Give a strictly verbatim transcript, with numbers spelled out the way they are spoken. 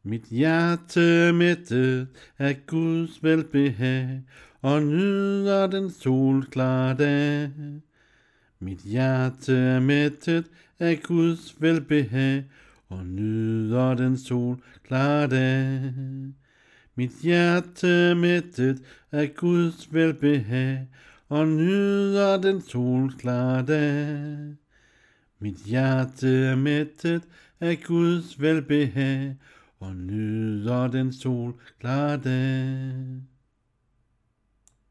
Mit hjerte mættet af Guds velbehag, og nyder den solklare dag. Mit hjerte er mættet af Guds velbehag, og nyder den solklare dag. Mit hjerte er mættet af Guds velbehag, og nyder den solklare dag. Mit hjerte er mættet af Guds velbehag, og nyder den solklare dag.